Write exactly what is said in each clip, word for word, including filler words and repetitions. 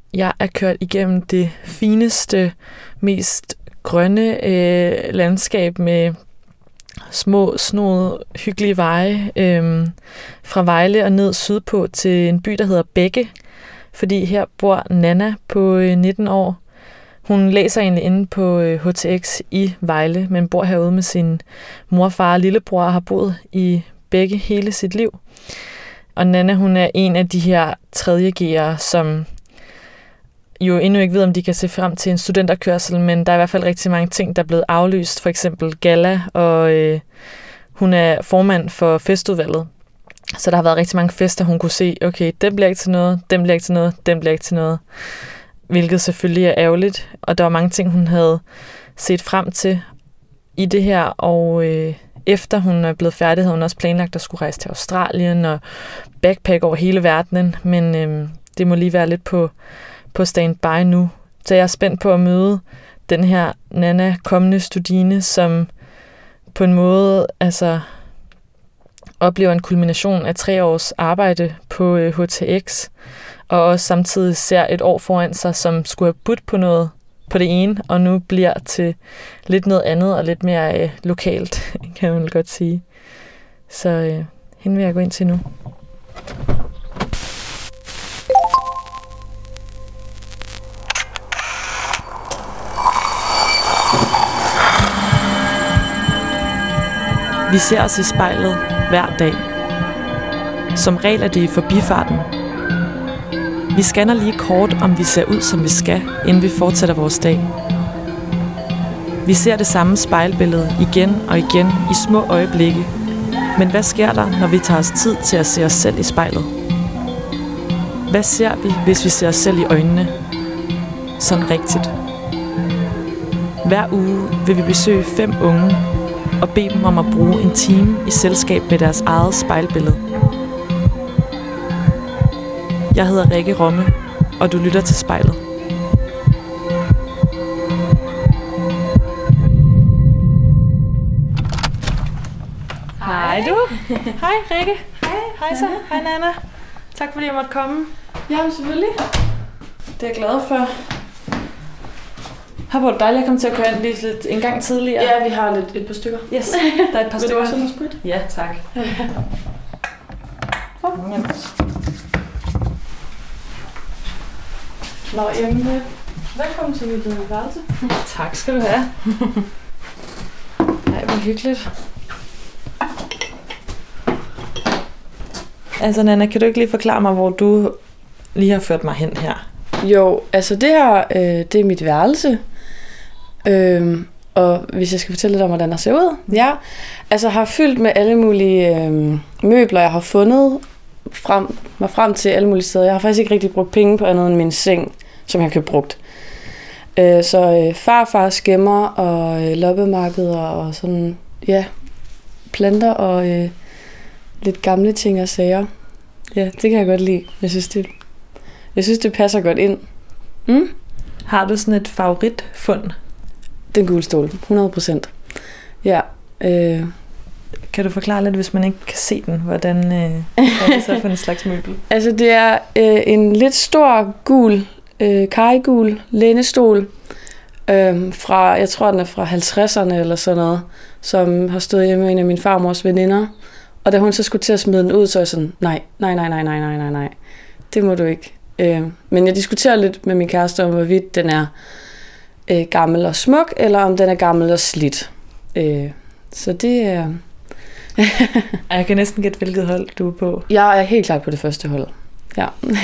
jeg er kørt igennem det fineste, mest grønne øh, landskab med små, snode, hyggelige veje øh, fra Vejle og ned sydpå til en by, der hedder Begge. Fordi her bor Nana på øh, nitten år. Hun læser egentlig inde på øh, H T X i Vejle, men bor herude med sin mor, far og lillebror og har boet i Begge hele sit liv. Og Nana, hun er en af de her tredje G'ere, som jo endnu ikke ved, om de kan se frem til en studenterkørsel, men der er i hvert fald rigtig mange ting, der er blevet aflyst. For eksempel galla, og øh, hun er formand for festudvalget. Så der har været rigtig mange fester, hun kunne se, okay, dem bliver ikke til noget, dem bliver ikke til noget, dem bliver ikke til noget. Hvilket selvfølgelig er ærgerligt, og der var mange ting, hun havde set frem til i det her, og øh, efter hun er blevet færdig, havde hun også planlagt at skulle rejse til Australien og backpack over hele verdenen, men øh, det må lige være lidt på, på standby nu. Så jeg er spændt på at møde den her Nana kommende studine, som på en måde altså oplever en kulmination af tre års arbejde på øh, H T X, og også samtidig ser et år foran sig, som skulle have budt på noget på det ene, og nu bliver til lidt noget andet og lidt mere øh, lokalt, kan man vel godt sige. Så øh, hende vil jeg gå ind til nu. Vi ser os i spejlet hver dag. Som regel er det i forbifarten. Vi scanner lige kort, om vi ser ud, som vi skal, inden vi fortsætter vores dag. Vi ser det samme spejlbillede igen og igen i små øjeblikke. Men hvad sker der, når vi tager os tid til at se os selv i spejlet? Hvad ser vi, hvis vi ser os selv i øjnene? Sådan rigtigt. Hver uge vil vi besøge fem unge og bede dem om at bruge en time i selskab med deres eget spejlbillede. Jeg hedder Rikke Romme, og du lytter til Spejlet. Hej du. Hej Rikke. Hej. Hej så. Hej Nana. Tak fordi jeg måtte komme. Jamen selvfølgelig. Det er jeg glad for. Har været dejligt at komme til at køre ind lige lidt en gang tidligere. Ja, vi har lidt et par stykker. Yes, der er et par stykker. Vil du også have noget sprit? Ja, tak. Nå, jamen, velkommen til mit værelse. Tak skal du have. Nej, hvor hyggeligt. Altså Nana, kan du ikke lige forklare mig, hvor du lige har ført mig hen her? Jo, altså det her, øh, det er mit værelse. Øhm, og hvis jeg skal fortælle lidt om, hvordan det ser ud. Ja, altså har fyldt med alle mulige øh, møbler, jeg har fundet frem, mig frem til alle mulige steder. Jeg har faktisk ikke rigtig brugt penge på andet end min seng, som jeg har købt brugt. Øh, så øh, farfars gemmer og øh, loppemarkeder og sådan, ja, planter og øh, lidt gamle ting og sager. Ja, det kan jeg godt lide. Jeg synes, det, jeg synes, det passer godt ind. Mm? Har du sådan et favoritfund? Den gule stol, hundrede procent. Ja. Øh. Kan du forklare lidt, hvis man ikke kan se den, hvordan øh, hvad er det så for en slags møbel? Altså det er øh, en lidt stor gul, øh, karigul lænestol, øh, fra, jeg tror den er fra halvtredserne eller sådan noget, som har stået hjemme med en af min farmors veninder. Og da hun så skulle til at smide den ud, så er jeg sådan, nej, nej, nej, nej, nej, nej, nej, nej, det må du ikke. Øh, men jeg diskuterer lidt med min kæreste om, hvorvidt den er øh, gammel og smuk, eller om den er gammel og slidt. Øh, så det er... Jeg kan næsten gætte, hvilket hold du er på. Jeg er helt klart på det første hold. Ja.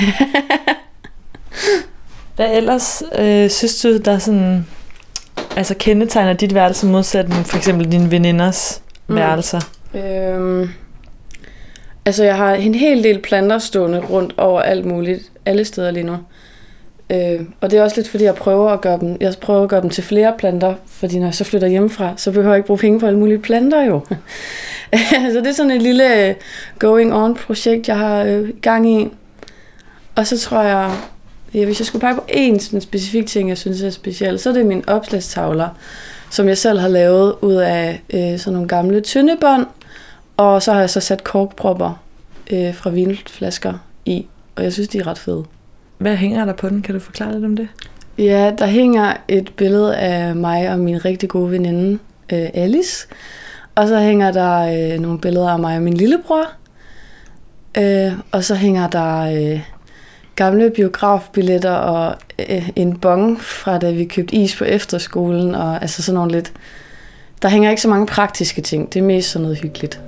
Hvad ellers øh, synes du, der sådan, altså kendetegner dit værelse modsætning for eksempel dine veninders mm. værelser? Øhm, altså jeg har en hel del planter stående rundt over alt muligt, alle steder lige nu. Øh, og det er også lidt fordi jeg prøver at gøre dem, jeg prøver at gøre dem til flere planter, fordi når jeg så flytter hjemmefra, så behøver jeg ikke bruge penge på alle mulige planter jo. Så det er sådan et lille going on projekt jeg har øh, gang i. Og så tror jeg, ja, hvis jeg skulle pege på én sådan specifik ting jeg synes er speciel, så er det mine opslagstavler, som jeg selv har lavet ud af øh, sådan nogle gamle tyndebånd, og så har jeg så sat korkpropper øh, fra vinflasker i, og jeg synes de er ret fede. hvad hænger der på den? Kan du forklare lidt om det? Ja, der hænger et billede af mig og min rigtig gode veninde, øh, Alice. Og så hænger der øh, nogle billeder af mig og min lillebror. Øh, og så hænger der øh, gamle biografbilletter og øh, en bong fra da vi købte is på efterskolen. Og altså sådan nogle lidt... Der hænger ikke så mange praktiske ting. Det er mest sådan noget hyggeligt.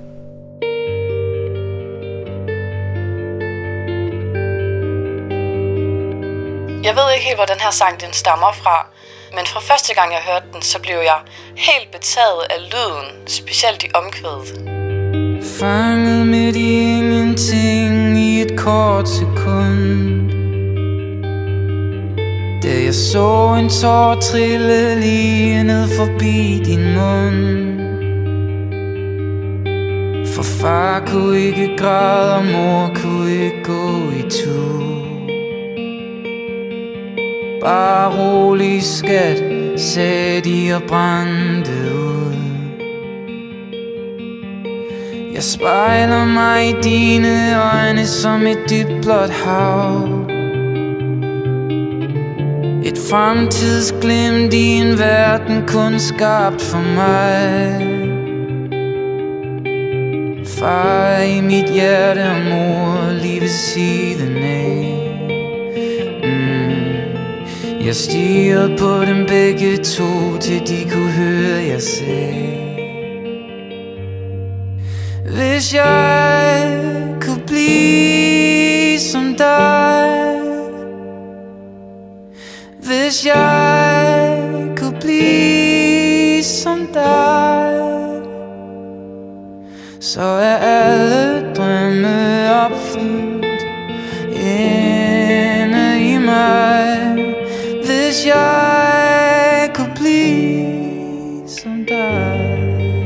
Jeg ved ikke helt, hvor den her sang den stammer fra, men fra første gang jeg hørte den, så blev jeg helt betaget af lyden, specielt i omkvædet. Fanget midt i ingenting i et kort sekund, da jeg så en tår trille lige ned forbi din mund. For far kunne ikke græde, og mor kunne ikke gå i tur. Bare rolig skat, sagde de og brændte ud. Jeg spejler mig i dine øjne som et dybt blåt hav. Et fremtidsglimt i en verden kun skabt for mig. Far i mit hjerte og mor lige ved siden af. Jeg stirrede på dem begge to, til de kunne høre, jeg sagde: hvis jeg kunne blive som dig, hvis jeg kunne blive som dig, så er alle drømme opfyldt inde i mig. Hvis jeg kunne blive som dig.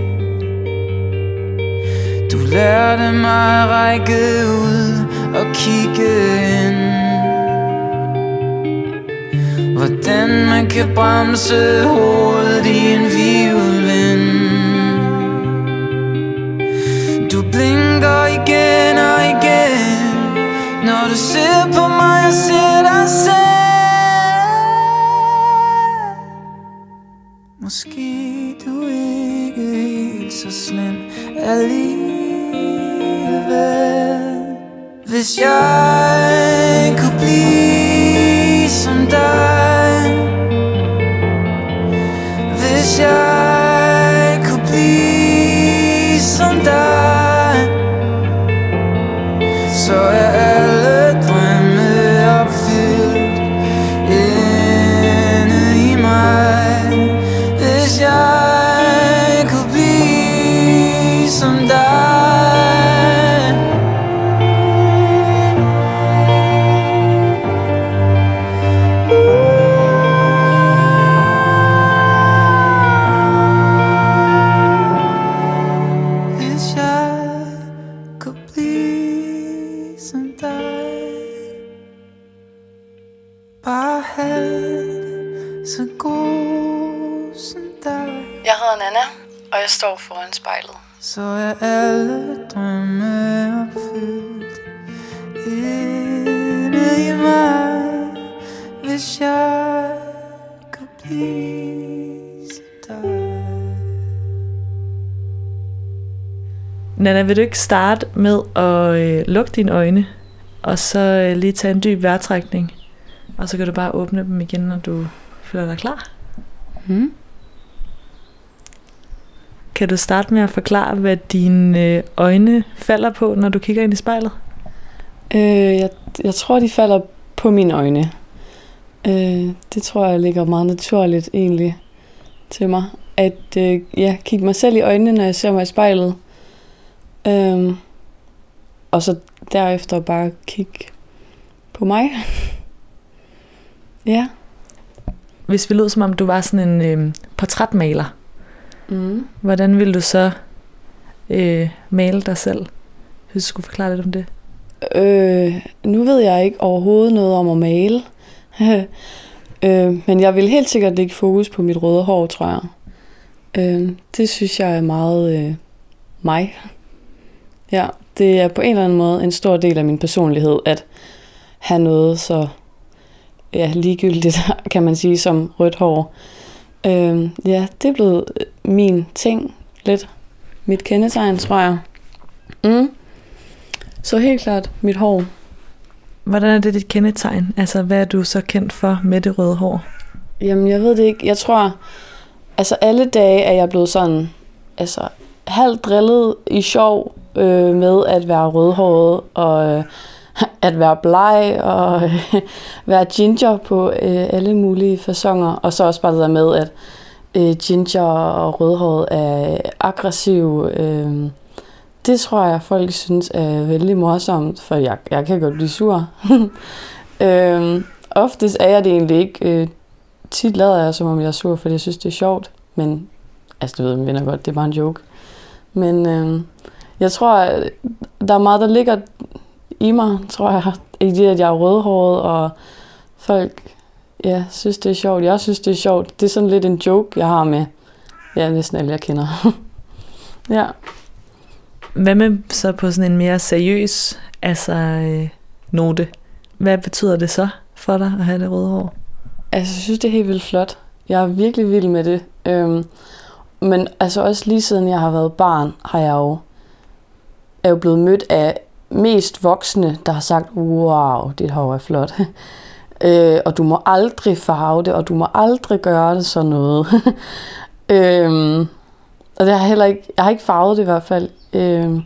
Du lærte mig at række ud og kigge ind, hvordan man kan bremse hovedet i en violvind. Du blinker igen og igen, når du ser på mig og ser dig selv. Måske du ikke helt så slem alligevel. Hvis jeg kunne blive som dig, hvis jeg kunne blive som dig, så er alle drømme opfyldt inde i mig. Hvis jeg kunne blive som dig. Hvis jeg kunne blive som dig. Bare halvt så god som dig. Jeg hedder Nana, og jeg står foran spejlet. Så er alle drømme opfyldt inde i mig. Hvis jeg kunne blive som dig. Nana, vil du ikke starte med at øh, lukke dine øjne, og så øh, lige tage en dyb vejrtrækning, og så kan du bare åbne dem igen, når du føler dig klar? Hmm. Kan du starte med at forklare, hvad dine øjne falder på, når du kigger ind i spejlet? Øh, jeg, jeg tror, de falder på mine øjne. Øh, det tror jeg ligger meget naturligt egentlig til mig. At øh, ja, kigge mig selv i øjnene, når jeg ser mig i spejlet. Øh, og så derefter bare kigge på mig. Ja. Hvis vi lød som om du var sådan en øh, portrætmaler, Mm. hvordan ville du så øh, male dig selv? Hvis du skulle forklare lidt om det. Øh, nu ved jeg ikke overhovedet noget om at male. øh, men jeg vil helt sikkert lægge fokus på mit røde hår, tror jeg. Øh, det synes jeg er meget øh, mig. Ja, det er på en eller anden måde en stor del af min personlighed, at have noget så ja, ligegyldigt, kan man sige, som rødt hår. Øh, ja, det er blevet min ting lidt. Mit kendetegn, tror jeg. Mm. Så helt klart mit hår. Hvordan er det dit kendetegn? Altså, hvad er du så kendt for med det røde hår? Jamen, jeg ved det ikke. Jeg tror, altså alle dage er jeg blevet sådan, altså halvt drillet i sjov øh, med at være rødhåret og øh, at være bleg og øh, være ginger på øh, alle mulige faconer. Og så også bare det der med, at øh, ginger og rødhåret er aggressiv. Øh, det tror jeg, folk synes er vældig morsomt, for jeg, jeg kan godt blive sur. øh, oftest er jeg det egentlig ikke. Øh, tit lader jeg, som om jeg er sur, fordi jeg synes, det er sjovt. Men, altså det ved jeg, venner godt, det er bare en joke. Men øh, jeg tror, der er meget, der ligger i mig, tror jeg, i det, at jeg er rødhåret, og folk, ja, synes, det er sjovt. Jeg synes, det er sjovt. Det er sådan lidt en joke, jeg har med, ja, næsten alle, jeg kender. Ja. Hvad med så på sådan en mere seriøs altså, øh, note? Hvad betyder det så for dig at have det røde hår? Altså, jeg synes, det er helt vildt flot. Jeg er virkelig vild med det. Øhm, men altså også lige siden jeg har været barn, har jeg jo, er jo blevet mødt af mest voksne, der har sagt, wow, dit hår er flot. øh, og du må aldrig farve det, og du må aldrig gøre det sådan noget. øhm, og det har heller ikke, jeg har ikke farvet det i hvert fald. Øhm,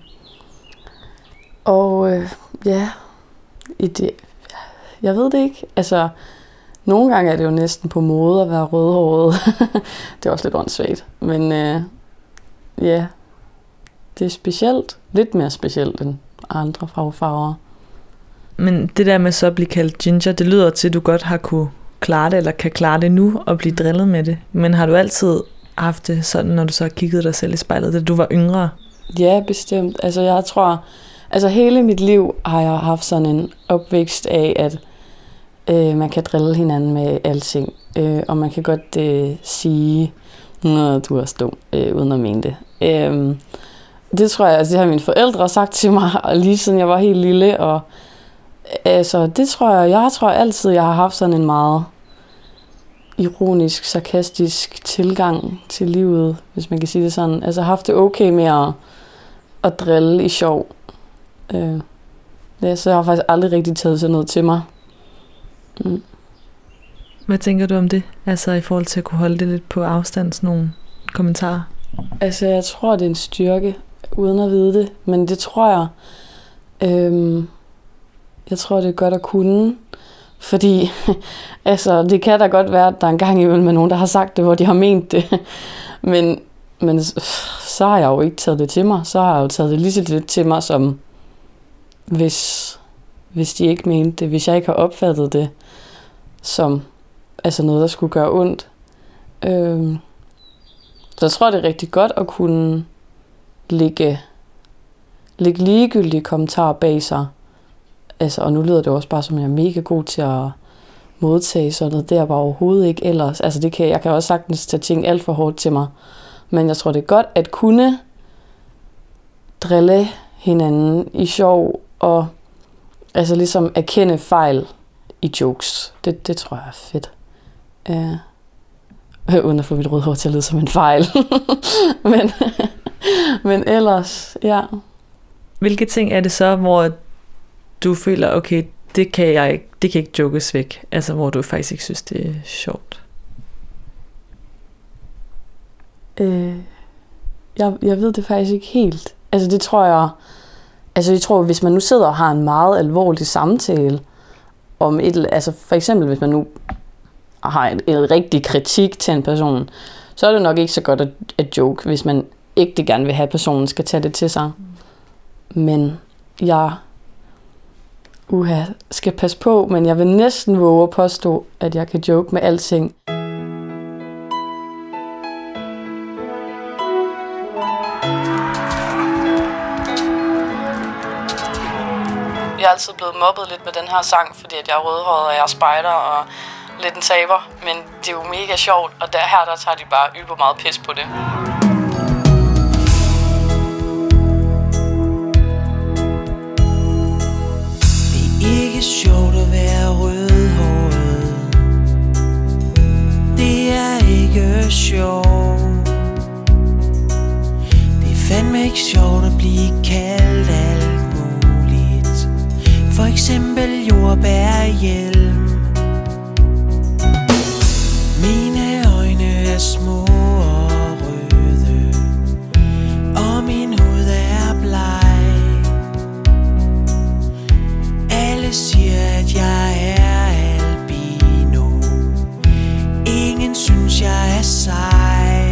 og øh, ja, i det, jeg ved det ikke. Altså, nogle gange er det jo næsten på mode at være rødhåret. Det er også lidt åndssvagt. Men øh, ja, det er specielt. Lidt mere specielt end andre farver. Men det der med så at blive kaldt ginger, det lyder til, at du godt har kunne klare det, eller kan klare det nu, og blive drillet med det. Men har du altid haft det sådan, når du så har kigget dig selv i spejlet, da du var yngre? Ja, bestemt. Altså jeg tror, altså hele mit liv har jeg haft sådan en opvækst af, at øh, man kan drille hinanden med alting. Øh, og man kan godt øh, sige, at du er stum, øh, uden at mene det. Øh, det tror jeg, altså det har mine forældre sagt til mig, og lige siden jeg var helt lille. Og altså det tror jeg, jeg tror altid, jeg har haft sådan en meget ironisk, sarkastisk tilgang til livet, hvis man kan sige det sådan. Altså haft det okay med at, at drille i sjov. Øh, ja, så jeg har faktisk aldrig rigtig taget sådan noget til mig. Mm. Hvad tænker du om det? Altså i forhold til at kunne holde det lidt på afstand, sådan nogle kommentarer? Altså jeg tror, det er en styrke, uden at vide det. Men det tror jeg, øhm, jeg tror, det er godt at kunne. Fordi altså, det kan da godt være, at der er en gang imellem med nogen, der har sagt det, hvor de har ment det. Men, men så har jeg jo ikke taget det til mig. Så har jeg jo taget det lige så lidt til mig, som hvis, hvis de ikke mente det. Hvis jeg ikke har opfattet det som altså noget, der skulle gøre ondt. Øhm, så jeg tror, det er rigtig godt at kunne lægge, lægge ligegyldige kommentarer bag sig. Altså, og nu lyder det også bare som, jeg er mega god til at modtage sådan noget. Det er bare overhovedet ikke ellers. Altså, det kan, jeg kan også sagtens tage ting alt for hårdt til mig. Men jeg tror, det er godt at kunne drille hinanden i sjov og altså ligesom erkende fejl i jokes. Det, det tror jeg er fedt. Uh, uden at få mit røde hår til at lyde som en fejl. men, men ellers, ja. Hvilke ting er det så, hvor du føler, okay, det kan jeg ikke, det kan ikke jokes væk, altså hvor du faktisk ikke synes, det er sjovt? Øh, jeg, jeg ved det faktisk ikke helt. Altså det tror jeg, altså jeg tror, hvis man nu sidder og har en meget alvorlig samtale om et, altså for eksempel hvis man nu har en, en rigtig kritik til en person, så er det nok ikke så godt at, at joke, hvis man ikke gerne vil have, at personen skal tage det til sig. Men jeg uha, skal passe på, men jeg vil næsten våge at påstå, at jeg kan joke med alting. Jeg er altid blevet mobbet lidt med den her sang, fordi at jeg er rødhåret, og jeg er spejder og lidt en taber. Men det er jo mega sjovt, og der, her der tager de bare yber meget pis på det. Det er ikke sjovt at være rødhåret. ikke sjovt at blive kaldt alt muligt. For eksempel jordbærhjelm. Mine øjne er små og røde, og min hud er bleg. Alle siger, at jeg er albino. Ingen synes, jeg er sej.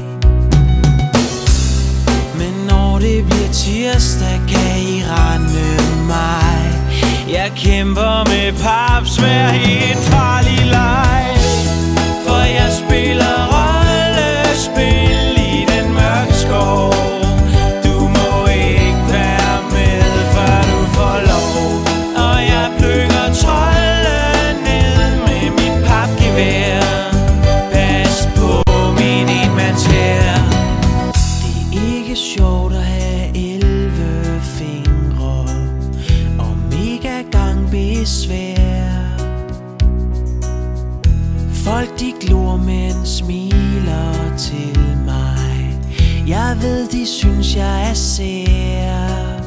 Men når det bliver tirsdag, kan I rende mig. Jeg kæmper med papsvær i en farlig leg. For jeg spiller rollespil i den mørke skov. Du må ikke være med, før du får lov. Og jeg plukker trolde ned med mit papgevær. Pas på min enmandshær. Det er ikke sjovt at have elleve fingre og mega gang besvær. Folk de glor, men smiler til mig. Jeg ved, de synes, jeg er sær.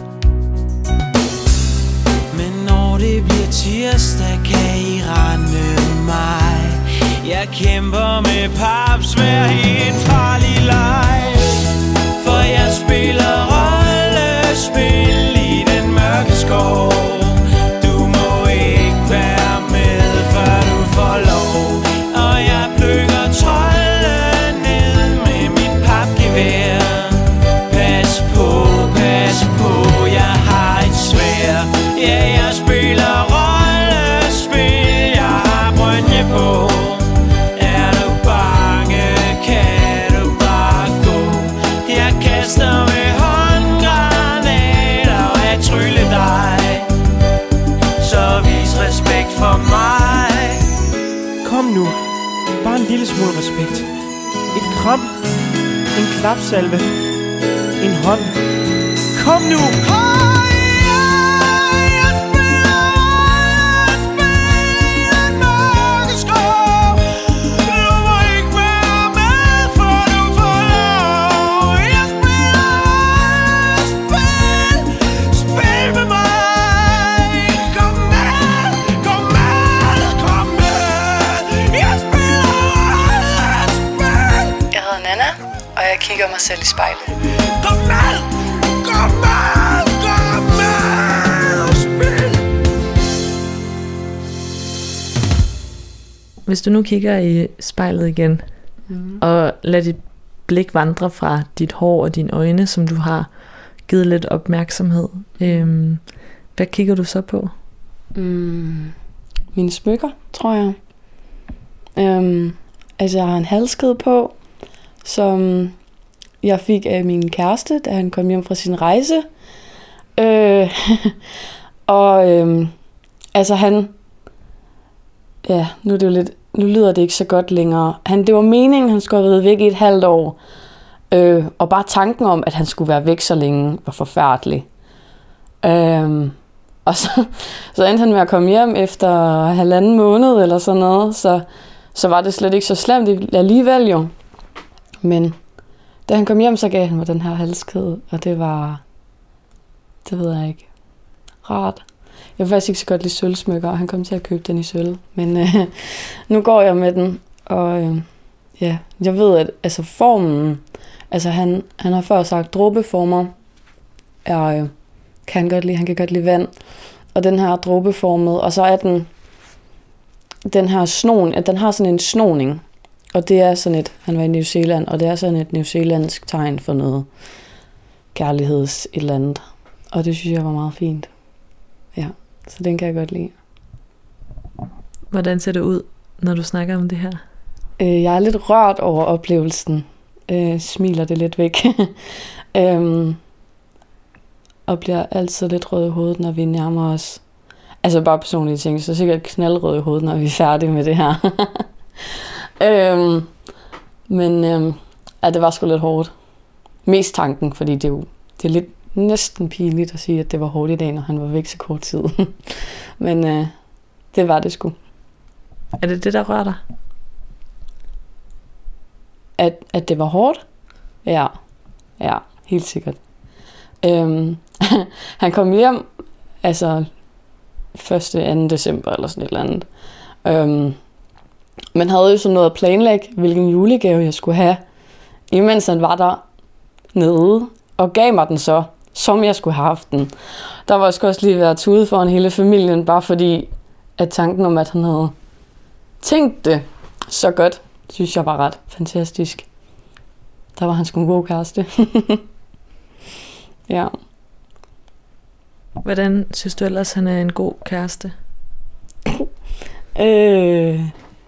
Men når det bliver tirsdag, kan I rende mig. Jeg kæmper med papsvær i en farlig leg. For jeg spiller rollespil i den mørke skov. Du må ikke være med, før du får lov. Og jeg plukker trolde ned med mit papgevær. Pas på, pas på, jeg har et sværd. Ja, jeg spiller rollespil, jeg har brynje på. Er du bange, kan du bare gå. Jeg kaster med håndgranater og jeg tryller dig. Så vis respekt for mig. Kom nu. Bare en lille smule respekt. Et kram. En klapsalve. En hånd. Kom nu! Jeg kigger mig selv i spejlet. Kom med! Kom med! Kom med! Og spil! Hvis du nu kigger i spejlet igen, mm. og lader dit blik vandre fra dit hår og dine øjne, som du har givet lidt opmærksomhed, øhm, hvad kigger du så på? Mm. Mine smykker, tror jeg. Øhm, altså, jeg har en halskæde på, som jeg fik af min kæreste, da han kom hjem fra sin rejse. Øh, og øh, altså han, ja, nu er det jo lidt, nu lyder det ikke så godt længere. Han, det var meningen, han skulle have været væk i et halvt år. Øh, og bare tanken om, at han skulle være væk så længe, var forfærdelig. Øh, og så, så endte han med at komme hjem efter halvanden måned eller sådan noget, så, så var det slet ikke så slemt alligevel jo. Men da han kom hjem, så gav han mig den her halskæde, og det var, det ved jeg ikke, rart. Jeg vil faktisk ikke så godt lide sølvsmykker, og han kom til at købe den i sølv. Men øh, nu går jeg med den, og øh, ja, jeg ved, at altså formen, altså han, han har før sagt, dråbeformer er, øh, kan han godt lide, han kan godt lide vand. Og den her dråbeformet, og så er den, den her snon, at den har sådan en snoning. Og det er sådan et, han var i New Zealand, og det er sådan et newzealandsk tegn for noget kærligheds et eller andet. Og det synes jeg var meget fint. Ja, så den kan jeg godt lide. Hvordan ser det ud, når du snakker om det her? Øh, jeg er lidt rørt over oplevelsen. Øh, smiler det lidt væk. øhm, og bliver altid lidt rød i hovedet, når vi nærmer os. Altså bare personlige ting, så sikkert knaldrød i hovedet, når vi er færdige med det her. øhm, men øhm, ja, det var sgu lidt hårdt. Mest tanken, fordi det er jo det er lidt næsten pinligt at sige, at det var hårdt i dag, når han var væk så kort tid. Men øh, det var det sgu. Er det det, der rører dig? At, at det var hårdt? Ja, ja, helt sikkert. Øhm, han kom hjem, altså første anden december eller sådan et eller andet. Øhm, men havde jo sådan noget at planlægge, hvilken julegave jeg skulle have, imens han var der nede, og gav mig den så, som jeg skulle have haft den. Der var også også lige været tude foran hele familien, bare fordi, at tanken om, at han havde tænkt det så godt, synes jeg var ret fantastisk. Der var han sgu en god kæreste. Ja. Hvordan synes du ellers, han er en god kæreste? øh...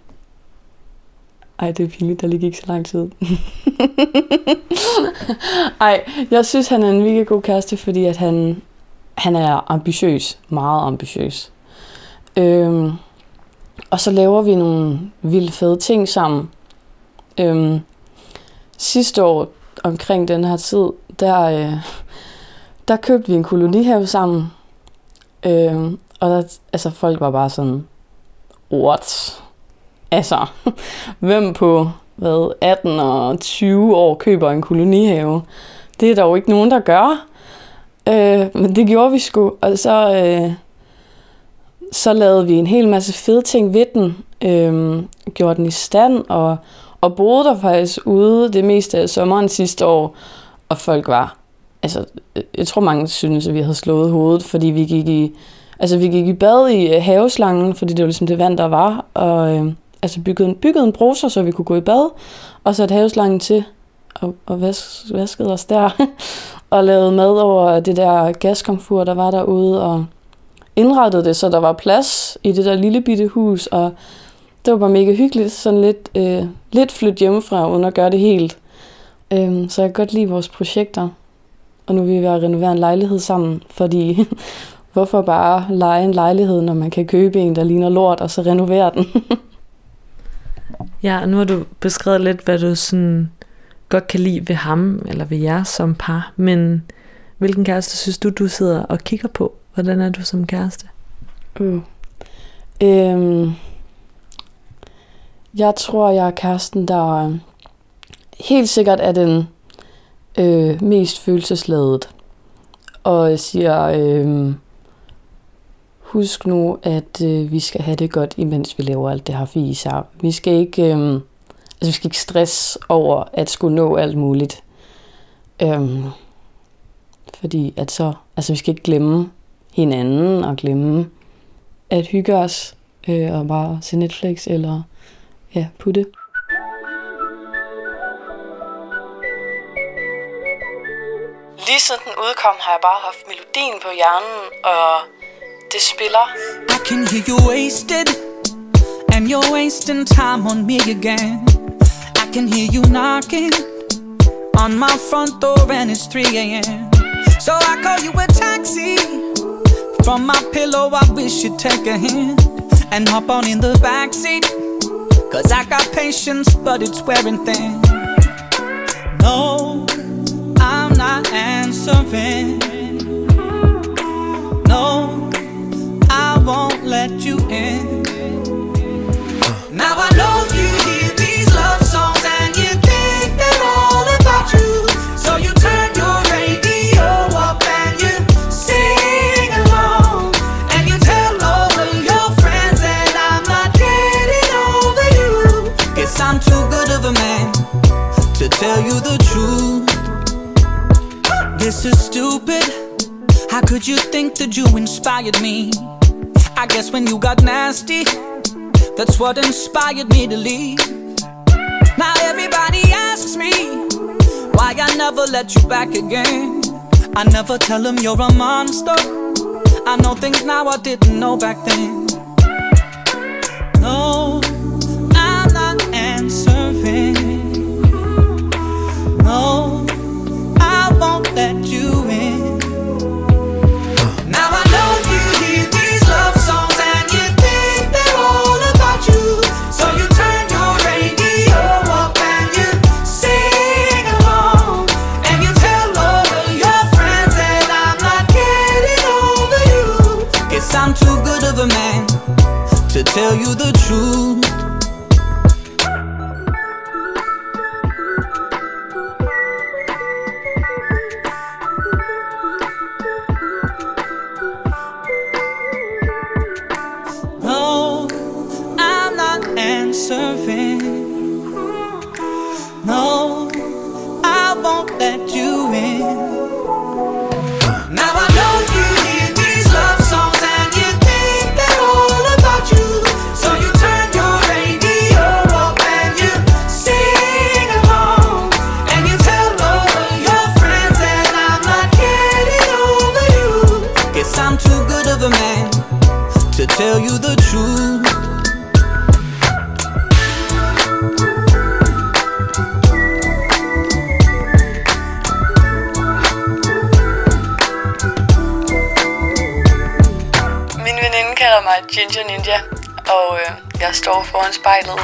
Ej, det er pinligt, der lige gik så lang tid. Ej, jeg synes, han er en mega god kæreste, fordi at han, han er ambitiøs. Meget ambitiøs. Øhm, og så laver vi nogle vildt fede ting sammen. Øhm, sidste år, omkring den her tid, der, øh, der købte vi en kolonihave sammen. Øhm, og der, altså, folk var bare sådan, what? Altså, hvem på hvad, atten og tyve år køber en kolonihave? Det er der jo ikke nogen, der gør. Øh, men det gjorde vi sgu. Og så, øh, så lavede vi en hel masse fede ting ved den. Øh, gjorde den i stand, og, og boede der faktisk ude det meste af sommeren sidste år. Og folk var, altså, jeg tror mange synes, at vi havde slået hovedet, fordi vi gik i, altså, vi gik i bad i haveslangen, fordi det var ligesom det vand, der var, og øh, altså byggede en, byggede en bruser, så vi kunne gå i bad, og satte haveslangen til, og, og vas, vaskede os der, og lavede mad over det der gaskomfur, der var derude, og indrettede det, så der var plads i det der lille bitte hus, og det var bare mega hyggeligt, sådan lidt, øh, lidt flytte hjemmefra, uden at gøre det helt. Øh, så jeg kan godt lide vores projekter, og nu vil vi ved at renovere en lejlighed sammen, fordi hvorfor bare leje en lejlighed, når man kan købe en, der ligner lort, og så renovere den? Ja, nu har du beskrevet lidt, hvad du sådan godt kan lide ved ham, eller ved jer som par, men hvilken kæreste synes du, du sidder og kigger på? Hvordan er du som kæreste? Uh. Øhm. Jeg tror, jeg er kæresten, der helt sikkert er den øh, mest følelsesladet. Og jeg siger, øh, husk nu, at øh, vi skal have det godt, imens vi laver alt det her fis her. Vi skal ikke, øh, altså, vi skal ikke stress over at skulle nå alt muligt. Øh, fordi at så, altså, vi skal ikke glemme hinanden og glemme at hygge os øh, og bare se Netflix eller ja, putte. Lige siden den udkom, har jeg bare haft melodien på hjernen, og det spiller. I can hear you wasted, and you're wasting time on me again. I can hear you knocking on my front door, and it's three a.m. So I call you a taxi. From my pillow, I wish you'd take a hand and hop on in the backseat. Cause I got patience, but it's wearing thin. No, I'm not answering. No, I won't let you in. Now I know you hear these love songs and you think they're all about you. So you turn your radio up and you sing along. And you tell all of your friends that I'm not getting over you. Guess I'm too good of a man to tell you the truth. This is stupid. How could you think that you inspired me? I guess when you got nasty, that's what inspired me to leave. Now everybody asks me why I never let you back again. I never tell them you're a monster. I know things now I didn't know back then. No, I'm not answering. No, I won't let you in. Now I know you hear these love songs and you think they're all about you. So you turn your radio up and you sing along. And you tell all of your friends that I'm not getting over you. Guess I'm too good of a man to tell you the truth. tell you the truth. Min veninde kalder mig Ginger Ninja, og øh, jeg står foran spejlet.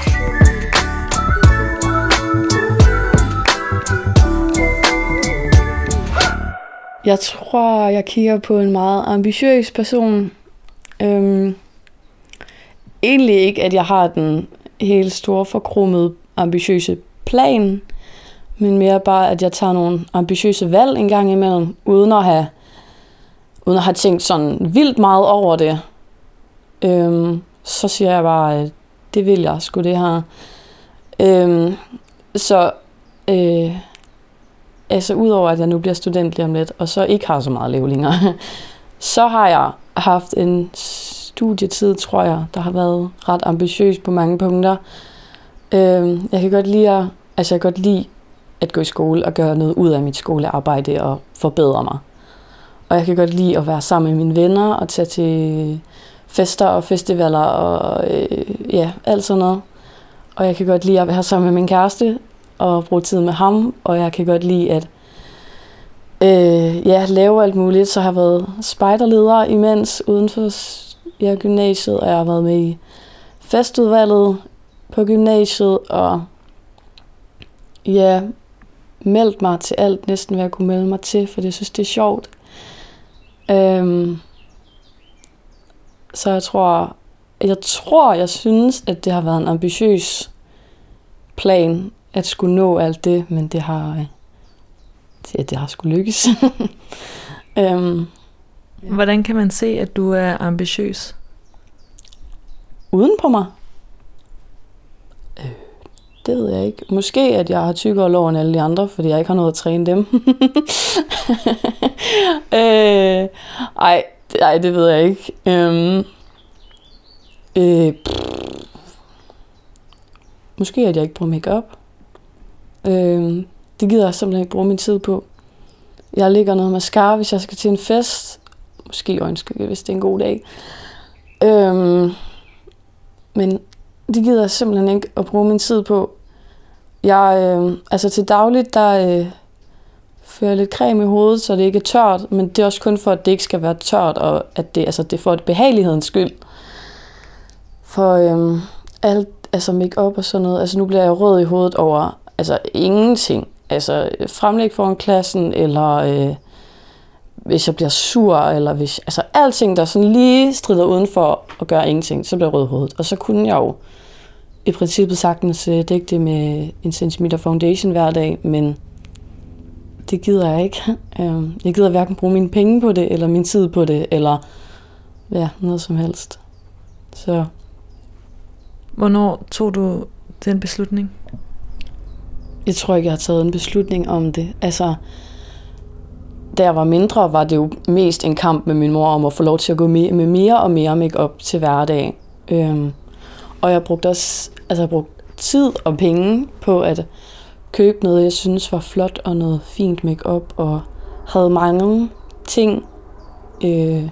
Jeg tror, jeg kigger på en meget ambitiøs person. Øhm, egentlig ikke, at jeg har den helt store, forkromede, ambitiøse plan, men mere bare, at jeg tager nogle ambitiøse valg en gang imellem, uden at have, uden at have tænkt sådan vildt meget over det. Øhm, så siger jeg bare, at det vil jeg sgu det her. Øhm, så... Øh, Altså udover at jeg nu bliver student lige om lidt, og så ikke har så meget liv længere, så har jeg haft en studietid, tror jeg, der har været ret ambitiøs på mange punkter. Øhm, jeg kan godt lide at, altså jeg kan godt lide at gå i skole og gøre noget ud af mit skolearbejde og forbedre mig. Og jeg kan godt lide at være sammen med mine venner og tage til fester og festivaler og øh, ja, alt sådan noget. Og jeg kan godt lide at være sammen med min kæreste og bruge tid med ham, og jeg kan godt lide at øh, ja, lave alt muligt. Så har jeg været spejderleder imens uden for ja, gymnasiet, og jeg har været med i festudvalget på gymnasiet, og ja, meldt mig til alt, næsten hvad jeg kunne melde mig til, for jeg synes, det er sjovt. Øhm, så jeg tror, jeg tror, jeg synes, at det har været en ambitiøs plan, at skulle nå alt det, men det har, det, det har sgu lykkes. øhm, ja. Hvordan kan man se, at du er ambitiøs? Uden på mig? Øh, det ved jeg ikke. Måske, at jeg har tykkere lår end alle de andre, fordi jeg ikke har noget at træne dem. øh, ej, ej, det ved jeg ikke. Øhm, øh, Måske, at jeg ikke bruger make-up. Øh, det gider jeg simpelthen ikke bruge min tid på. Jeg lægger noget mascara, hvis jeg skal til en fest. Måske øjenskygge, hvis det er en god dag. Øh, men det gider jeg simpelthen ikke at bruge min tid på. Jeg, øh, altså til dagligt, der øh, fører jeg lidt creme i hovedet, så det ikke er tørt. Men det er også kun for, at det ikke skal være tørt, og at det, altså, det er for et behagelighedens skyld. For øh, alt altså make-up og sådan noget. Altså nu bliver jeg rød i hovedet over altså ingenting. Altså fremlæg foran klassen, eller øh, hvis jeg bliver sur, eller hvis... Altså alting, der sådan lige strider uden for at gøre ingenting, så bliver jeg rød i hovedet. Og så kunne jeg jo i princippet sagtens øh, dække det med en centimeter foundation hver dag, men det gider jeg ikke. Jeg gider hverken bruge mine penge på det, eller min tid på det, eller ja, noget som helst. Så... Hvornår tog du den beslutning? Jeg tror ikke, jeg har taget en beslutning om det. Altså, da jeg var mindre, var det jo mest en kamp med min mor om at få lov til at gå med, med mere og mere make-up til hverdag. Øhm, og jeg brugte også altså, jeg brugte tid og penge på at købe noget, jeg synes var flot og noget fint make-up, og havde mange ting. Øh,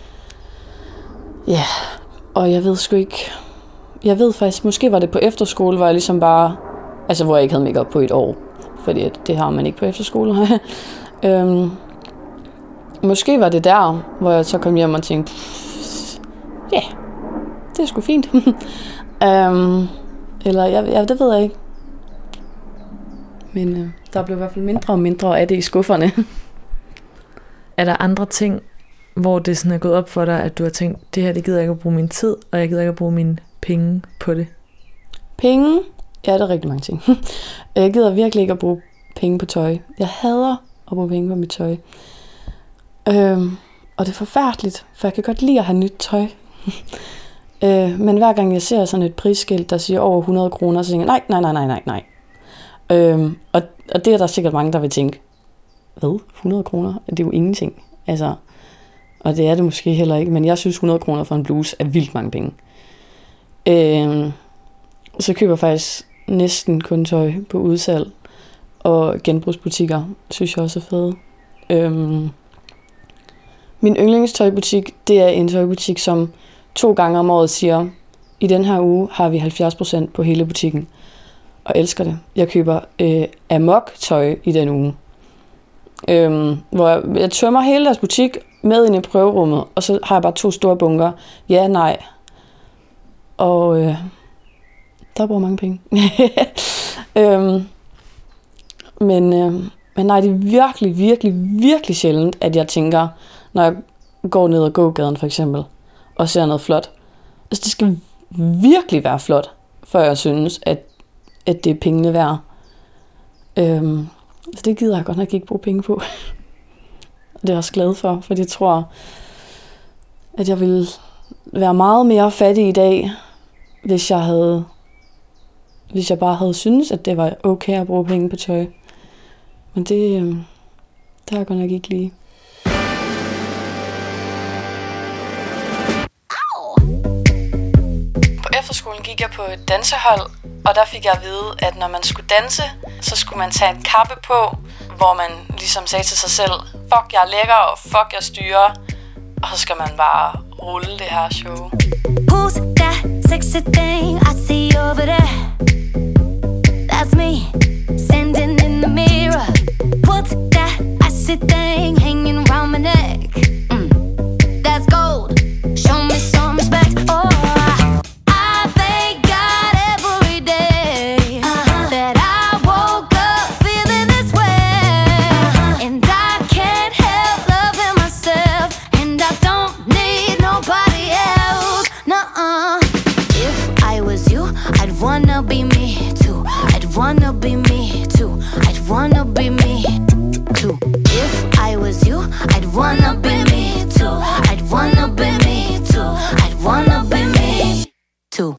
ja, og jeg ved sgu ikke... Jeg ved faktisk, måske var det på efterskole, hvor jeg ligesom bare, altså hvor jeg ikke havde make-up på et år, fordi det har man ikke på efterskole. øhm, måske var det der, hvor jeg så kom hjem og tænkte, ja, yeah, det er sgu fint. øhm, eller jeg, jeg, det ved jeg ikke. Men øh, der blev i hvert fald mindre og mindre af det i skufferne. Er der andre ting, hvor det sådan er gået op for dig, at du har tænkt, det her, det gider jeg ikke at bruge min tid, og jeg gider ikke at bruge mine penge på det? Penge? Ja, det er rigtig mange ting. Jeg gider virkelig ikke at bruge penge på tøj. Jeg hader at bruge penge på mit tøj. Øhm, og det er forfærdeligt, for jeg kan godt lide at have nyt tøj. øh, men hver gang jeg ser sådan et prisskilt, der siger over hundrede kroner, så tænker jeg, nej, nej, nej, nej, nej. Øhm, og, og det er der sikkert mange, der vil tænke, hvad? hundrede kroner? Det er jo ingenting. Altså, og det er det måske heller ikke, men jeg synes hundrede kroner for en bluse er vildt mange penge. Øhm, så køber jeg faktisk næsten kun tøj på udsalg, og genbrugsbutikker synes jeg også er fede. Øhm, min yndlingstøjbutik, det er en tøjbutik, som to gange om året siger, i den her uge har vi halvfjerds procent på hele butikken. Og elsker det. Jeg køber øh, amok-tøj i den uge. Øhm, hvor jeg, jeg tømmer hele deres butik med ind i prøverummet, og så har jeg bare to store bunker. Ja, nej. Og øh, der bruger mange penge. øhm, men, øh, men nej, det er virkelig, virkelig, virkelig sjældent, at jeg tænker, når jeg går ned ad gågaden for eksempel, og ser noget flot. Altså det skal virkelig være flot, før jeg synes, at, at det er pengene værd. Øhm, så det gider jeg godt nok ikke bruge penge på. Det er jeg også glad for, fordi jeg tror, at jeg ville være meget mere fattig i dag, hvis jeg havde, hvis jeg bare havde syntes, at det var okay at bruge penge på tøj. Men det, øh, det har jeg godt nok ikke lige. På efterskolen gik jeg på et dansehold, og der fik jeg at vide, at når man skulle danse, så skulle man tage en kappe på, hvor man ligesom sagde til sig selv, fuck, jeg er lækker, og fuck, jeg styrer. Og så skal man bare rulle det her show. Who's that sexy thing I see over there? That's me, standing in the mirror. What's that icy thing hanging around my neck? Mm, that's gold, show me some respect. Oh, wanna be me too. I'd wanna be me too. I'd wanna be me too. If I was you, I'd wanna be me too. I'd wanna be me too. I'd wanna be me too.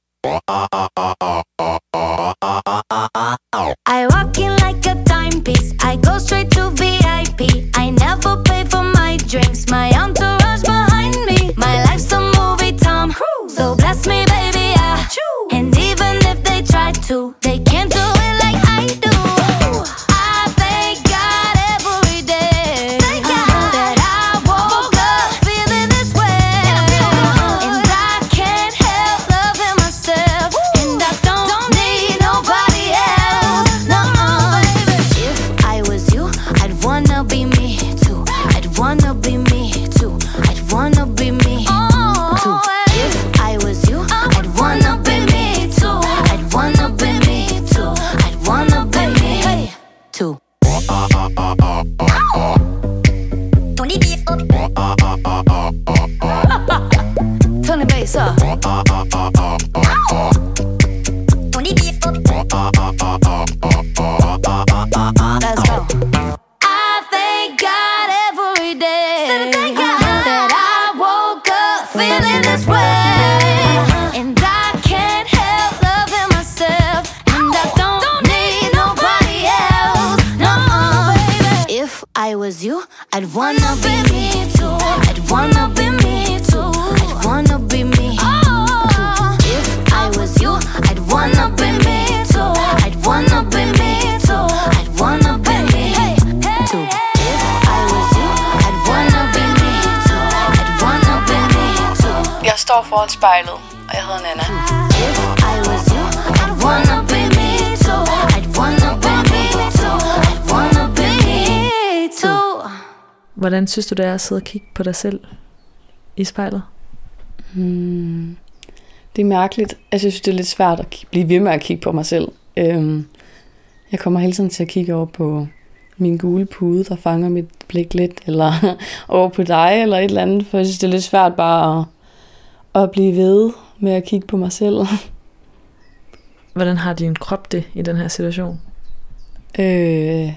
I walk in like a timepiece. I go straight to V I P. I never pay for my drinks. My entourage behind me. My life's a movie, Tom Cruise. So bless me, baby, I choose. And even if they try to, they can't do it like I do. I thank God every day that I woke up feeling this way. And I can't help loving myself. And I don't need nobody else. No, baby. If I was you, I'd wanna be me too. I'd wanna be me too. I'd wanna be me too. If I was you, I'd wanna be me too. I'd wanna be me too. I'd wanna be me too. Tony beef up. Turn the bass up. Tony beef up. Let's go. I thank God every day that I woke up feeling this way. And I can't help loving myself. And I don't need nobody else. No, baby. If I was you, I'd wanna be me too. I'd wanna be me too. I'd wanna be me too. If I was you, I'd wanna be me too. I'd wanna be me too. I'd wanna be me too. If I was you, I'd wanna be me too. I'd wanna be me too. Jeg står foran spejlet, og jeg hedder Nana. If I was you, I'd wanna be me too. I'd wanna be me too. I'd wanna be me too. Hvordan synes du, det er at sidde og kigge på dig selv i spejlet? Hmm. Det er mærkeligt. Altså, jeg synes, det er lidt svært at k- blive ved med at kigge på mig selv. Øhm, jeg kommer hele tiden til at kigge over på min gule pude, der fanger mit blik lidt, eller over på dig, eller et eller andet, for jeg synes, det er lidt svært bare at, at blive ved med at kigge på mig selv. Hvordan har din krop det i den her situation? Øh,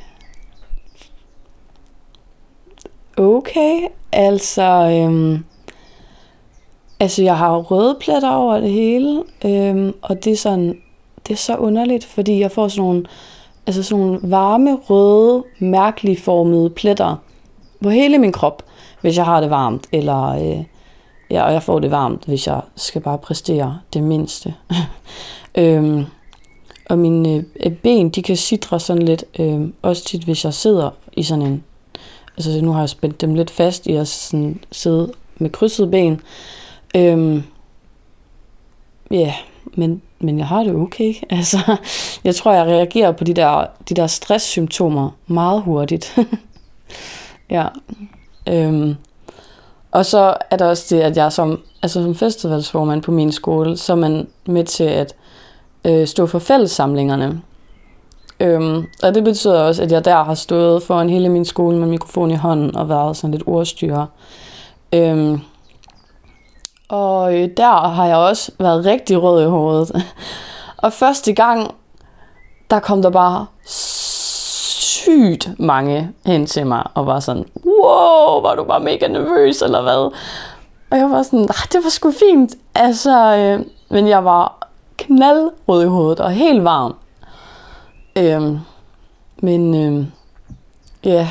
okay, altså, øhm, altså jeg har røde pletter over det hele, øhm, og det er sådan, det er så underligt, fordi jeg får sådan nogle, altså sådan nogle varme, røde, mærkeligt formede pletter på hele min krop, hvis jeg har det varmt, eller øh, ja, og jeg får det varmt, hvis jeg skal bare præstere det mindste. øhm, og mine øh, ben, de kan sidre sådan lidt, øh, også tit, hvis jeg sidder i sådan en, altså nu har jeg spændt dem lidt fast i at sådan sidde med krydsede ben. Øhm, ja, yeah, men, men jeg har det okay. Altså, jeg tror, jeg reagerer på de der, de der stresssymptomer meget hurtigt. Ja. Øhm. Og så er der også det, at jeg som, altså som festivalsformand på min skole, så er man med til at øh, stå for fællessamlingerne. Øhm, og det betyder også, at jeg der har stået foran hele min skole med mikrofon i hånden og været sådan lidt ordstyrer. Øhm, og der har jeg også været rigtig rød i hovedet. Og første gang, der kom der bare sygt mange hen til mig og var sådan, wow, var du bare mega nervøs eller hvad? Og jeg var sådan, nej, det var sgu fint. Altså, øh, men jeg var knaldrød i hovedet og helt varm. Øhm, men øh, ja,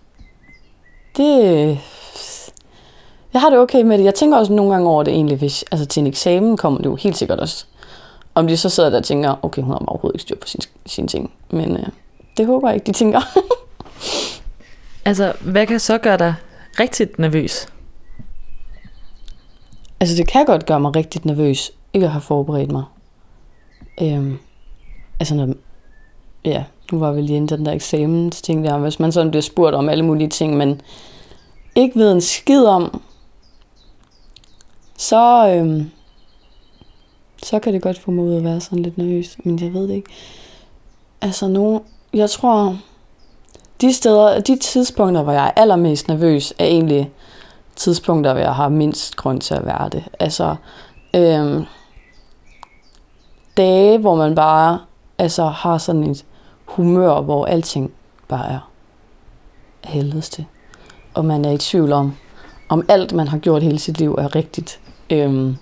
det, jeg har det okay med det. Jeg tænker også nogle gange over det egentlig, hvis altså til en eksamen kommer det jo helt sikkert også. Om de så sidder der og tænker, okay, hun har overhovedet ikke styr på sin, sine ting. Men øh, det håber jeg ikke, de tænker. Altså, hvad kan så gøre dig rigtig nervøs? Altså, det kan godt gøre mig rigtig nervøs, ikke at have forberedt mig. Øhm, altså, når, ja, nu var vi lige inde den der eksamensting der, hvis man sådan bliver spurgt om alle mulige ting, men ikke ved en skid om, så, øhm, så kan det godt få mig ud at være sådan lidt nervøs, men jeg ved det ikke. Altså, nu, jeg tror, de steder, de tidspunkter, hvor jeg er allermest nervøs, er egentlig tidspunkter, hvor jeg har mindst grund til at være det. Altså, øhm, dage, hvor man bare altså, har sådan et humør, hvor alting bare er helvedes til. Og man er i tvivl om, om alt, man har gjort hele sit liv, er rigtigt. Øhm,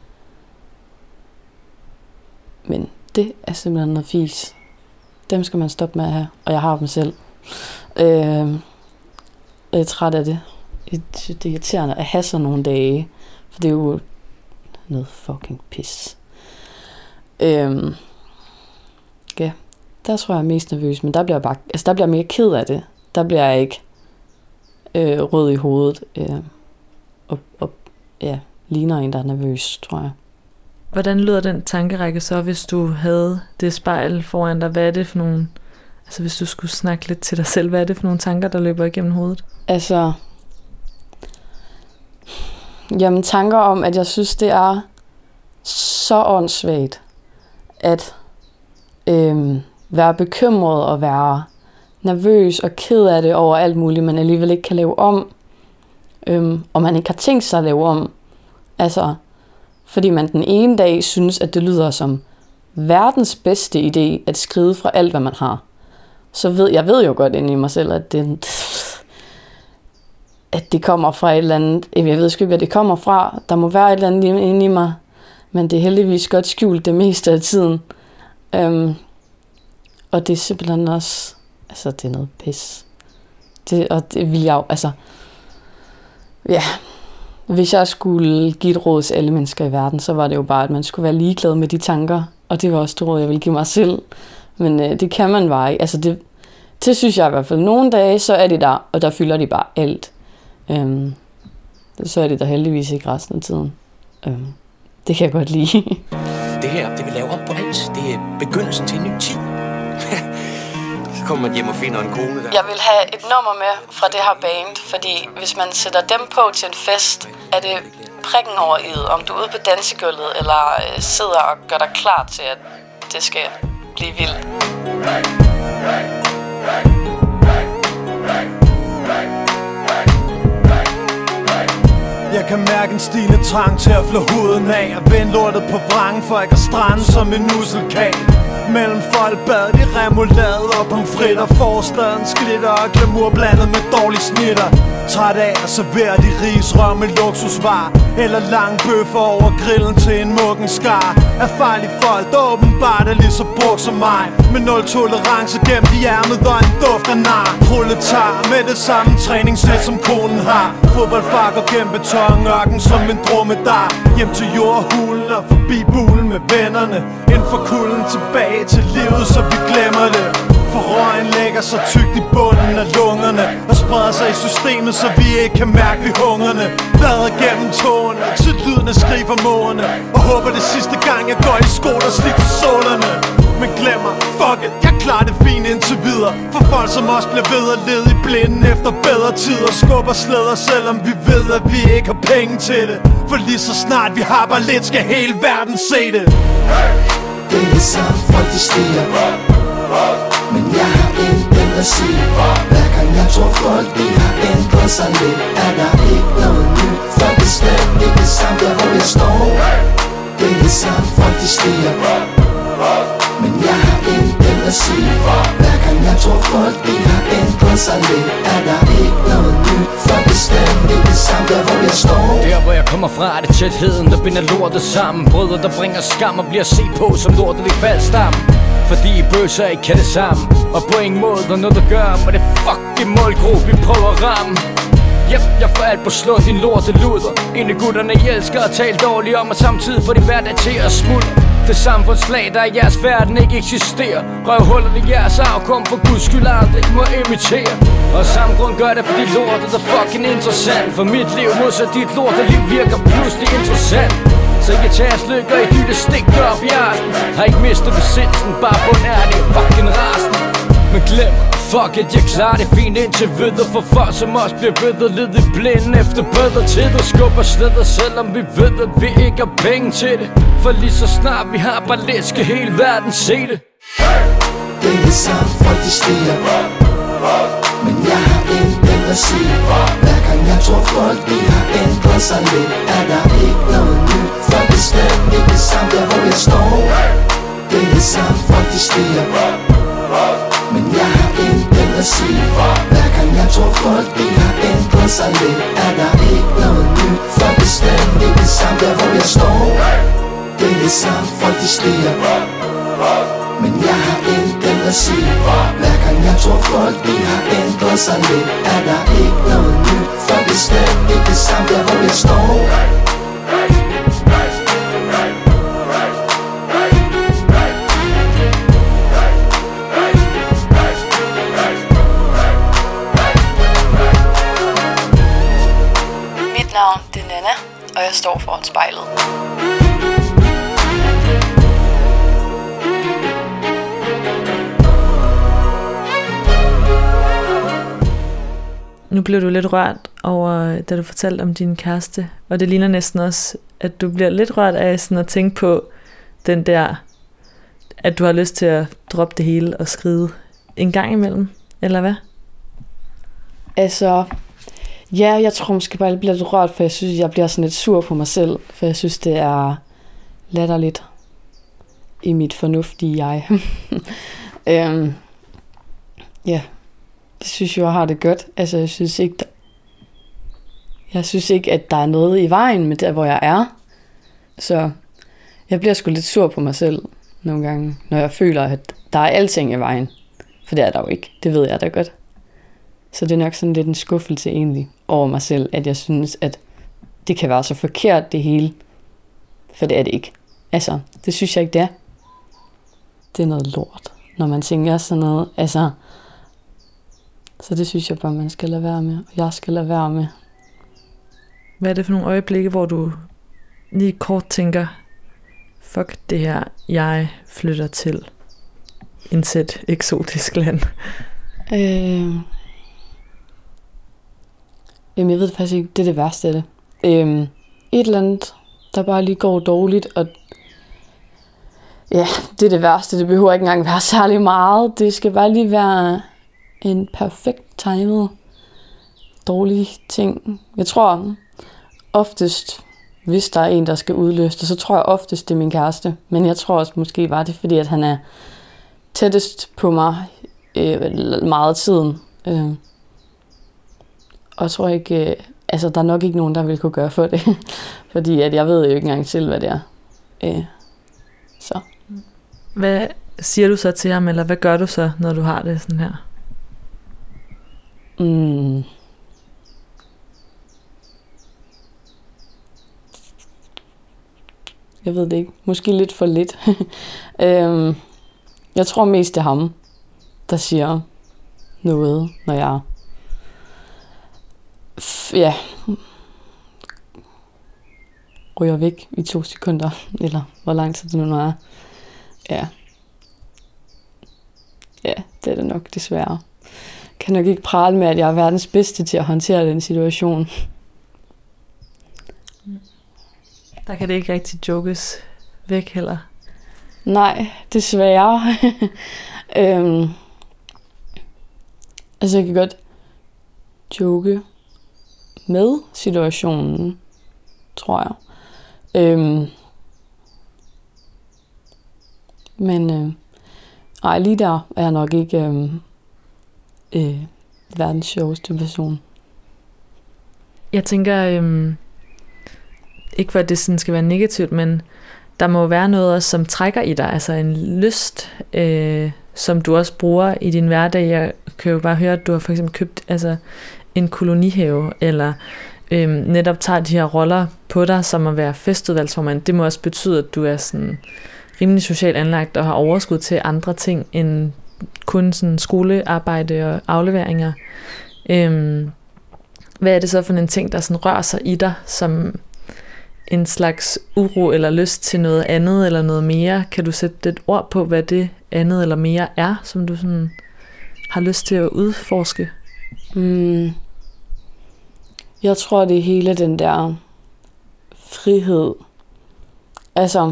men det er simpelthen noget fis. Dem skal man stoppe med at have, og jeg har dem selv. Øhm, jeg er træt af det. Det er irriterende at have sådan nogle dage, for det er jo noget fucking pis. Øhm, ja, der tror jeg er mest nervøs, men der bliver jeg bare, altså der bliver jeg mere ked af det. Der bliver jeg ikke øh, rød i hovedet øh, og, og ja, ligner en, der er nervøs, tror jeg. Hvordan lyder den tankerække så, hvis du havde det spejl foran dig? Hvad er det for nogle, altså hvis du skulle snakke lidt til dig selv, hvad er det for nogle tanker, der løber igennem hovedet? Altså, jamen tanker om, at jeg synes, det er så åndssvagt at øhm, være bekymret og være nervøs og ked af det over alt muligt, man alligevel ikke kan lave om, øhm, og man ikke har tænkt sig at lave om. Altså, fordi man den ene dag synes, at det lyder som verdens bedste idé at skride fra alt, hvad man har. Så ved jeg ved jo godt inde i mig selv, at det, at det kommer fra et eller andet. Jeg ved sgu ikke, hvad det kommer fra. Der må være et eller andet inde i mig, men det er heldigvis godt skjult det meste af tiden. Øhm, og det er simpelthen også, altså det er noget pis. Det, og det vil jeg jo, altså, ja, hvis jeg skulle give et råd til alle mennesker i verden, så var det jo bare, at man skulle være ligeglad med de tanker, og det var også det råd, jeg ville give mig selv. Men øh, det kan man bare ikke. Altså det, det synes jeg i hvert fald. Nogle dage, så er de der, og der fylder de bare alt. Øhm, så er det der heldigvis ikke resten af tiden. Øhm, det kan jeg godt lide. Det her, det vil lave op på alt. Det er begyndelsen til en ny tid. Så kommer man hjem og finder en kone der. Jeg vil have et nummer med fra det her band, fordi hvis man sætter dem på til en fest, er det prikken over i'et, om du er ude på dansegulvet, eller øh, sidder og gør dig klar til, at det skal blive vildt. Jeg kan mærke en stigende trang til at flå huden af og vende lortet på vrangen, for jeg kan strande som en musselkag. Mellem folk bad de remoulade og pomfritter, forstaden sklitter og glamour blandet med dårlige snitter. Træt af at servere de risrøm med luksusvarer, eller lange bøffer over grillen til en muggen skar. Er farlige folk, der åbenbart er lige så brugt som mig, med nul tolerance gemt i ærmet og en duft af nar. Proletar med det samme træningssæt som konen har. Fodboldfar går gennem betonørken som en dromedar. Hjem til jordhulen og forbi bulen med vennerne, ind for kulden tilbage til livet, så vi glemmer det. For røgen lægger så tykt i bunden af lungerne, og spreder sig i systemet, så vi ikke kan mærke vi hungrende. Vader gennem tårerne, til lyden af skrig fra mågerne. Og håber det sidste gang jeg går i sko, der sliter sålerne. Men glemmer, fuck it, jeg klarer det fint indtil videre. For folk som os bliver ved at lede i blinden efter bedre tider. Skubber slæder, selvom vi ved at vi ikke har penge til det. For lige så snart vi har bare lidt, skal hele verden se det. Det er det samme, folk de stiger. Men jeg har intet at sige. Hver gang jeg tror folk de har ændret sig lidt, er der ikke noget nyt. For det er slet ikke det samme der hvor jeg står. Det er det samme, folk de stiger. Men jeg har intet at sige. Hver gang jeg tror folk de har ændret sig lidt, er der ikke noget nyt. For det er slet ikke det samme der hvor jeg står. Der hvor jeg kommer fra er det tætheden der binder lortet sammen. Brødre der bringer skam og bliver set på som lortet i faldstamme. Fordi bøsser ikke kan det samme. Og på ingen måde der er noget der gør med det fucking målgruppe vi prøver at ramme. Yep, jeg får alt på slå din lorte luder. En af gutterne I elsker at tale dårligt om, og samtidig får de hverdag til at smuldre. Det samfundslag der i jeres verden ikke eksisterer. Røvhuller i jeres afkom for guds skyld aldrig må imitere. Og samme grund gør det fordi lortet er fucking interessant. For mit liv modsat dit lorteliv virker pludselig interessant. Så jeg tager lykker i dytte stik op i aften. Har ikke mistet besindelsen, bare bundærlig fucking rasen. Men glem, fuck it, jeg klarer det fint indtil videre. For folk som os bliver ved at lede i blinden efter bedre tider. Skubber slæder, selvom vi ved at vi ikke har penge til det. For lige så snart vi har bare lidt, skal hele verden se det. Det er det samme, folk de stiger. Men jeg har intet at sige. Hver gang jeg tror folk de har ændret sig lidt, er der ikke noget nyt. For det er slet ikke det samme der hvor jeg står. Det er det samme, folk de stiger. Men jeg har intet at sige. Hver gang jeg tror folk de har ændret sig lidt, er der ikke noget nyt. For det er slet ikke det samme der hvor jeg står. Det er det samme, folk de stiger. Men jeg har intet at sige. Hver gang jeg tror folk de har ændret sig lidt, er der ikke noget nyt. For det er slet ikke det samme der hvor jeg står. Mit navn det er Nana, og jeg står foran spejlet. Nu blev du lidt rørt over, da du fortalte om din kæreste, og det ligner næsten også, at du bliver lidt rørt af sådan at tænke på den der, at du har lyst til at droppe det hele og skride en gang imellem, eller hvad? Altså, ja, jeg tror måske bare, jeg bliver lidt rørt, for jeg synes, jeg bliver sådan lidt sur på mig selv, for jeg synes, det er latterligt i mit fornuftige jeg. øhm, ja, det synes jeg, jeg har det godt. Altså, jeg synes ikke, der, jeg synes ikke, at der er noget i vejen med der, hvor jeg er. Så jeg bliver sgu lidt sur på mig selv nogle gange, når jeg føler, at der er alting i vejen. For det er der jo ikke. Det ved jeg da godt. Så det er nok sådan lidt en skuffelse egentlig over mig selv, at jeg synes, at det kan være så forkert det hele. For det er det ikke. Altså, det synes jeg ikke, det er. Det er noget lort, når man tænker sådan noget. Altså, så det synes jeg bare, man skal lade være med. Og jeg skal lade være med. Hvad er det for nogle øjeblikke, hvor du lige kort tænker, fuck det her, jeg flytter til indsæt eksotisk land? Øh... Jamen, jeg ved faktisk ikke, det er det værste af det. Øh... Et eller andet, der bare lige går dårligt, og ja, det er det værste. Det behøver ikke engang være særlig meget. Det skal bare lige være en perfekt timet dårlig ting. Jeg tror oftest, hvis der er en, der skal udløse det, så tror jeg oftest, det er min kæreste. Men jeg tror også måske var det, fordi at han er tættest på mig øh, meget af tiden. Øh. Og jeg tror ikke, øh, altså der er nok ikke nogen, der vil kunne gøre for det. Fordi at jeg ved jo ikke engang selv, hvad det er. Øh. Så. Hvad siger du så til ham, eller hvad gør du så, når du har det sådan her? Mm. Jeg ved det ikke. Måske lidt for lidt. øhm, jeg tror mest det er ham, der siger noget, når jeg ja, ryger væk i to sekunder, eller hvor lang tid det nu er. Ja. Ja, det er det nok desværre. Jeg kan nok ikke prale med, at jeg er verdens bedste til at håndtere den situation. Der kan det ikke rigtig jokes væk heller. Nej, desværre. øhm, altså, jeg kan godt joke med situationen, tror jeg. Øhm, men øh, ej, lige der er jeg nok ikke øh, øh, verdens sjoveste person. Jeg tænker, øh, ikke for at det sådan skal være negativt, men der må være noget også, som trækker i dig, altså en lyst, øh, som du også bruger i din hverdag. Jeg kan jo bare høre, at du har for eksempel købt altså, en kolonihave, eller øh, netop tager de her roller på dig, som at være festudvalgsformand. Det må også betyde, at du er sådan rimelig socialt anlagt og har overskud til andre ting end kun sådan skolearbejde og afleveringer. Øh, hvad er det så for en ting, der sådan rører sig i dig, som en slags uro eller lyst til noget andet eller noget mere? Kan du sætte et ord på, hvad det andet eller mere er, som du sådan har lyst til at udforske? Mm. Jeg tror, det er hele den der frihed. Altså,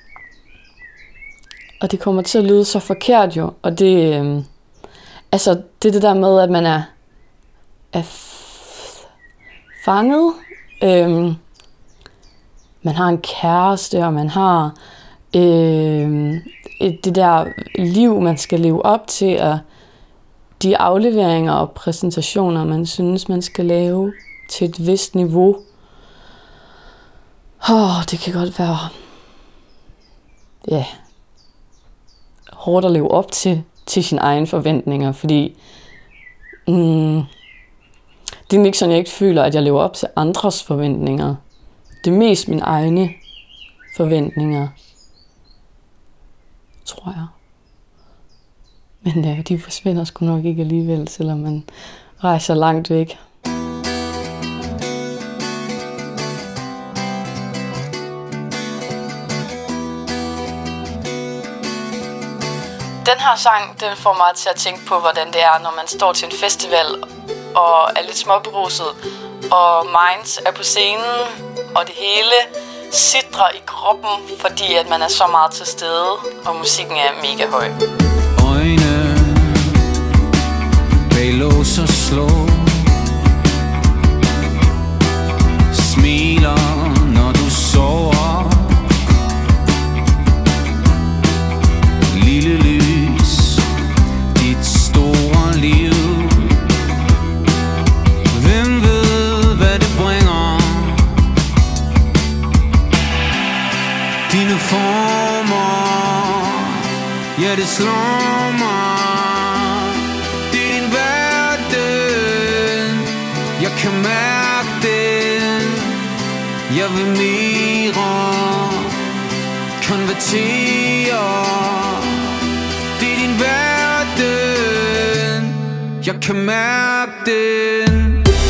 og det kommer til at lyde så forkert jo, og det, øh, altså, det er det der med, at man er, er f- fanget. Øh, man har en kæreste, og man har øh, et, det der liv, man skal leve op til, og de afleveringer og præsentationer, man synes, man skal lave til et vist niveau. Åh, det kan godt være ja, hårdt at leve op til, til sine egne forventninger, fordi mm, det er ikke sådan, jeg ikke føler, at jeg lever op til andres forventninger. Det er mest mine egne forventninger, tror jeg. Men ja, de forsvinder sgu nok ikke alligevel, selvom man rejser langt væk. Den her sang, den får mig til at tænke på, hvordan det er, når man står til en festival og er lidt småberuset, og Minds er på scenen, og det hele sidrer i kroppen, fordi at man er så meget til stede, og musikken er mega høj. Øjne bag lås og slå, smiler når du sover, lille lys, dit store liv. Hvem ved hvad det bringer? Dine former, ja det slår mig. Det er din verden, jeg kan mærke den. Jeg vil mere konvertere. Det er din verden, jeg kan mærke den.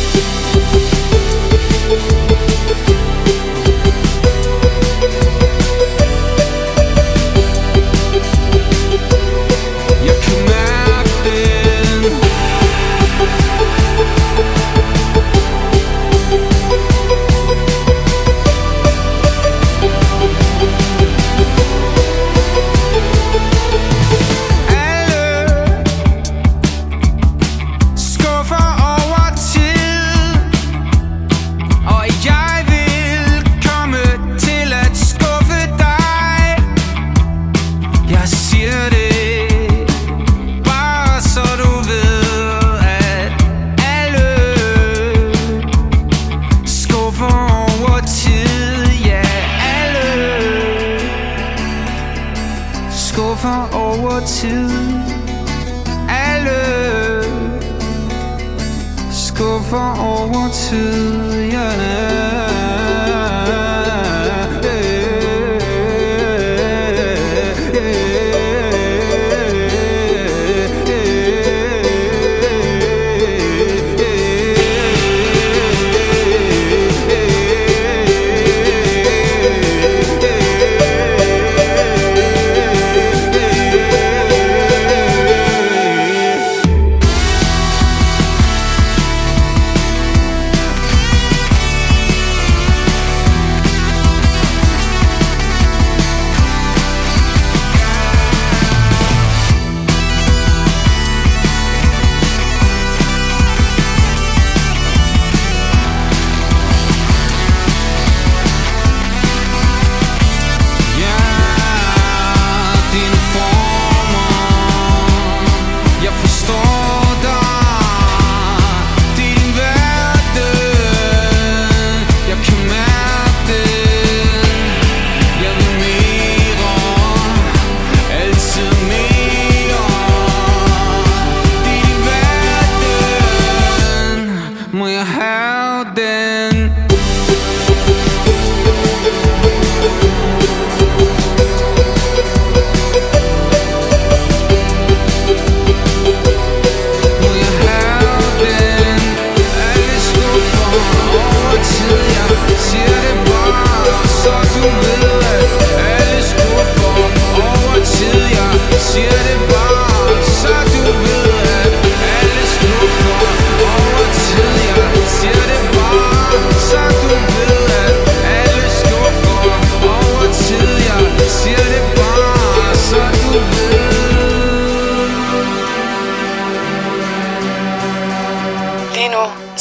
Jeg kan mærke den. Alle skuffer over tid, og jeg vil komme til at skuffe dig. Jeg siger det så du ved, at alle skuffer over tid. Ja, alle skuffer over tid. Alle skuffer over tid. Ja.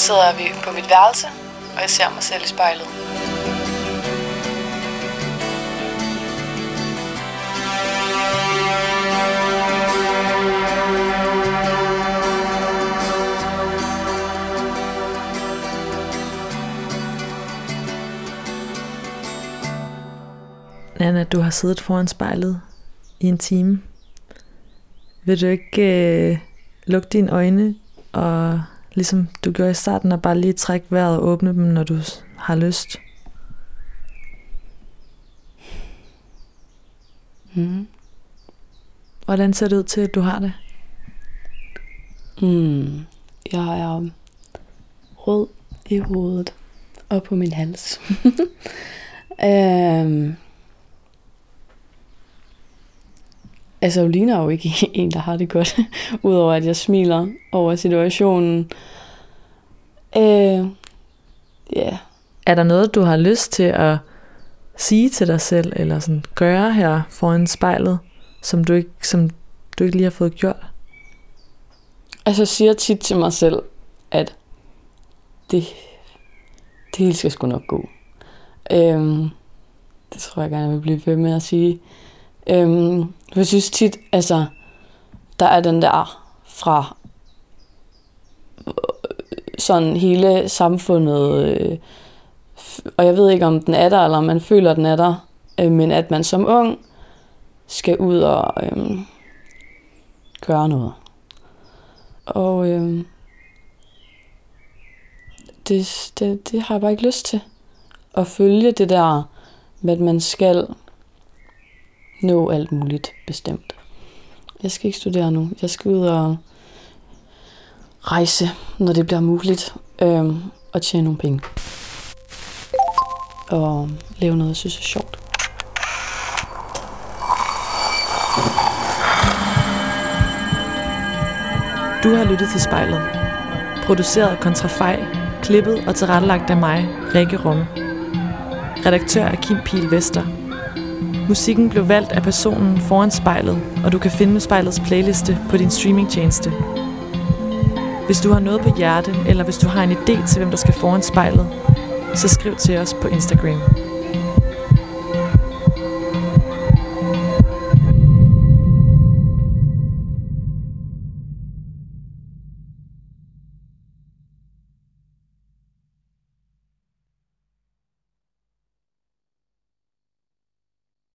sidder vi på mit værelse, og jeg ser mig selv i spejlet. Nanna, du har siddet foran spejlet i en time. Vil du ikke øh, lukke dine øjne, og ligesom du gjorde i starten, og bare lige trække vejret og åbne dem, når du har lyst? Mm. Hvordan ser det ud til, at du har det? Mm. Jeg er rød i hovedet og på min hals. um. Altså, jeg ligner jo ikke en, der har det godt, udover at jeg smiler over situationen. Øh, ja. Yeah. Er der noget, du har lyst til at sige til dig selv, eller sådan gøre her foran spejlet, som du ikke, som du ikke lige har fået gjort? Altså, jeg siger tit til mig selv, at det, det hele skal sgu nok gå. Øh, det tror jeg gerne, jeg vil blive ved med at sige. Øhm, jeg synes tit, altså, der er den der fra sådan hele samfundet, øh, og jeg ved ikke, om den er der, eller om man føler, den er der, øh, men at man som ung skal ud og øh, gøre noget. Og øh, det, det, det har jeg bare ikke lyst til. At følge det der med, at man skal nå alt muligt bestemt. Jeg skal ikke studere nu. Jeg skal ud og rejse, når det bliver muligt, øhm, og tjene nogle penge. Og lave noget, jeg synes er sjovt. Du har lyttet til Spejlet. Produceret af Kontrafej, klippet og tilrettelagt af mig, Rikke Rumme. Redaktør er Kim Pihl Vester. Musikken blev valgt af personen foran spejlet, og du kan finde Spejlets playliste på din streamingtjeneste. Hvis du har noget på hjerte, eller hvis du har en idé til, hvem der skal foran spejlet, så skriv til os på Instagram.